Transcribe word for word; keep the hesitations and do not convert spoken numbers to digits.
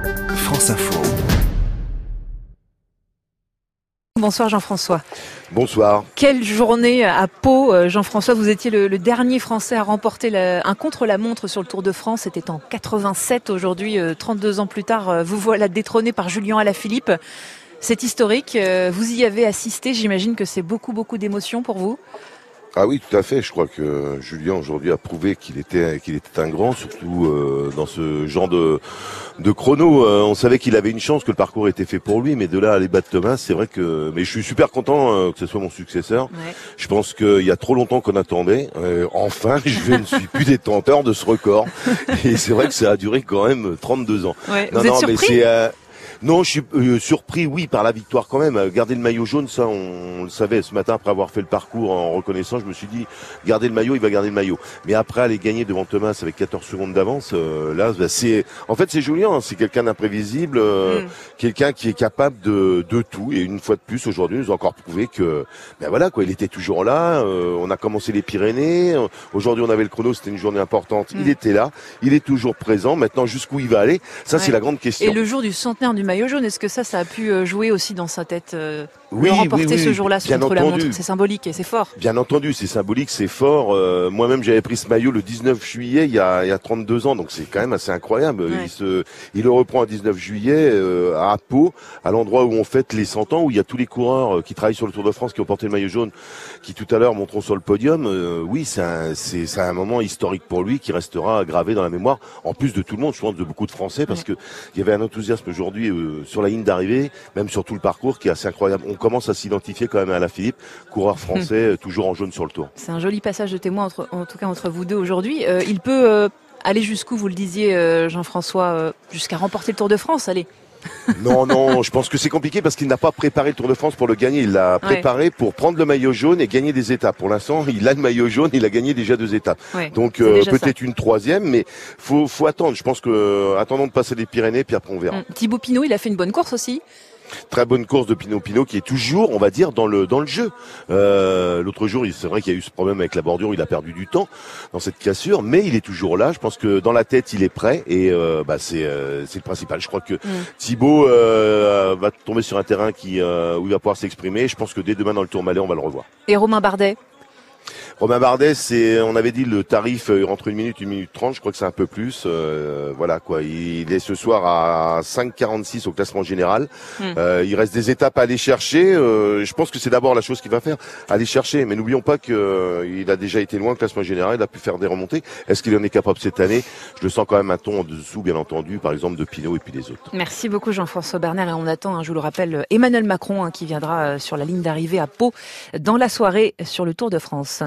France Info. Bonsoir Jean-François. Bonsoir. Quelle journée à Pau, Jean-François. Vous étiez le, le dernier Français à remporter la, un contre-la-montre sur le Tour de France. C'était en quatre-vingt-sept. Aujourd'hui, trente-deux ans plus tard, vous voilà détrôné par Julien Alaphilippe. C'est historique. Vous y avez assisté. J'imagine que c'est beaucoup, beaucoup d'émotions pour vous. Ah oui, tout à fait. Je crois que Julien aujourd'hui a prouvé qu'il était qu'il était un grand, surtout euh, dans ce genre de de chrono. Euh, on savait qu'il avait une chance, que le parcours était fait pour lui, mais de là à aller battre Thomas, c'est vrai que. Mais je suis super content euh, que ce soit mon successeur. Ouais. Je pense qu'il y a trop longtemps qu'on attendait. Euh, enfin, je ne suis plus détenteur de ce record. Et c'est vrai que ça a duré quand même trente-deux ans. Ouais. Non, Vous non, êtes mais surpris c'est. Euh, Non, je suis euh, surpris, oui, par la victoire quand même. Garder le maillot jaune, ça, on, on le savait ce matin après avoir fait le parcours en reconnaissant. Je me suis dit, garder le maillot, il va garder le maillot. Mais après aller gagner devant Thomas avec quatorze secondes d'avance, euh, là, bah, c'est, en fait, c'est Julien. Hein, c'est quelqu'un d'imprévisible, euh, mm. quelqu'un qui est capable de, de tout. Et une fois de plus, aujourd'hui, il nous a encore prouvé que, ben voilà, quoi, il était toujours là. Euh, on a commencé les Pyrénées. Aujourd'hui, on avait le chrono, c'était une journée importante. Mm. Il était là, il est toujours présent. Maintenant, jusqu'où il va aller, ça, ouais. c'est la grande question. Et le jour du centenaire du maillot jaune, est-ce que ça, ça a pu jouer aussi dans sa tête, euh, oui, le remporter oui, oui, ce jour-là sur contre la montre? C'est symbolique et c'est fort. Bien entendu, c'est symbolique, c'est fort. Euh, moi-même, j'avais pris ce maillot le dix-neuf juillet, il y a, il y a trente-deux ans, donc c'est quand même assez incroyable. Ouais. Il, se, il le reprend le dix-neuf juillet euh, à Pau, à l'endroit où on fête les cent ans, où il y a tous les coureurs qui travaillent sur le Tour de France qui ont porté le maillot jaune, qui tout à l'heure monteront sur le podium. Euh, oui, c'est un, c'est, c'est un moment historique pour lui qui restera gravé dans la mémoire, en plus de tout le monde, je pense, de beaucoup de Français, parce ouais. que il y avait un enthousiasme aujourd'hui euh, sur la ligne d'arrivée, même sur tout le parcours, qui est assez incroyable. On commence à s'identifier quand même à Alaphilippe, coureur français, mmh. toujours en jaune sur le Tour. C'est un joli passage de témoin, entre, en tout cas entre vous deux aujourd'hui. Euh, il peut euh, aller jusqu'où, vous le disiez, euh, Jean-François, euh, jusqu'à remporter le Tour de France, allez. Non, non, je pense que c'est compliqué parce qu'il n'a pas préparé le Tour de France pour le gagner. Il l'a préparé ouais. pour prendre le maillot jaune et gagner des étapes. Pour l'instant, il a le maillot jaune, il a gagné déjà deux étapes. Ouais, Donc euh, peut-être ça. une troisième, mais faut faut attendre. Je pense que euh, attendons de passer les Pyrénées, puis après on verra. Mmh. Thibaut Pinot, il a fait une bonne course aussi. Très bonne course de Pinot Pinot qui est toujours, on va dire, dans le dans le jeu. Euh, l'autre jour, c'est vrai qu'il y a eu ce problème avec la bordure, il a perdu du temps dans cette cassure, mais il est toujours là. Je pense que dans la tête, il est prêt et euh, bah c'est euh, c'est le principal. Je crois que mm. Thibaut euh, va tomber sur un terrain qui euh, où il va pouvoir s'exprimer. Je pense que dès demain dans le Tourmalet, on va le revoir. Et Romain Bardet? Romain Bardet, c'est, on avait dit le tarif entre une minute, une minute trente, je crois que c'est un peu plus. Euh, voilà quoi, il est ce soir à cinq quarante-six au classement général. Mmh. Euh, il reste des étapes à aller chercher. Euh, je pense que c'est d'abord la chose qu'il va faire, aller chercher. Mais n'oublions pas qu'il euh, a déjà été loin au classement général, il a pu faire des remontées. Est-ce qu'il en est capable cette année? Je le sens quand même un ton en dessous, bien entendu, par exemple de Pinot et puis des autres. Merci beaucoup Jean-François Bernard. Et on attend, hein, je vous le rappelle, Emmanuel Macron hein, qui viendra sur la ligne d'arrivée à Pau dans la soirée sur le Tour de France.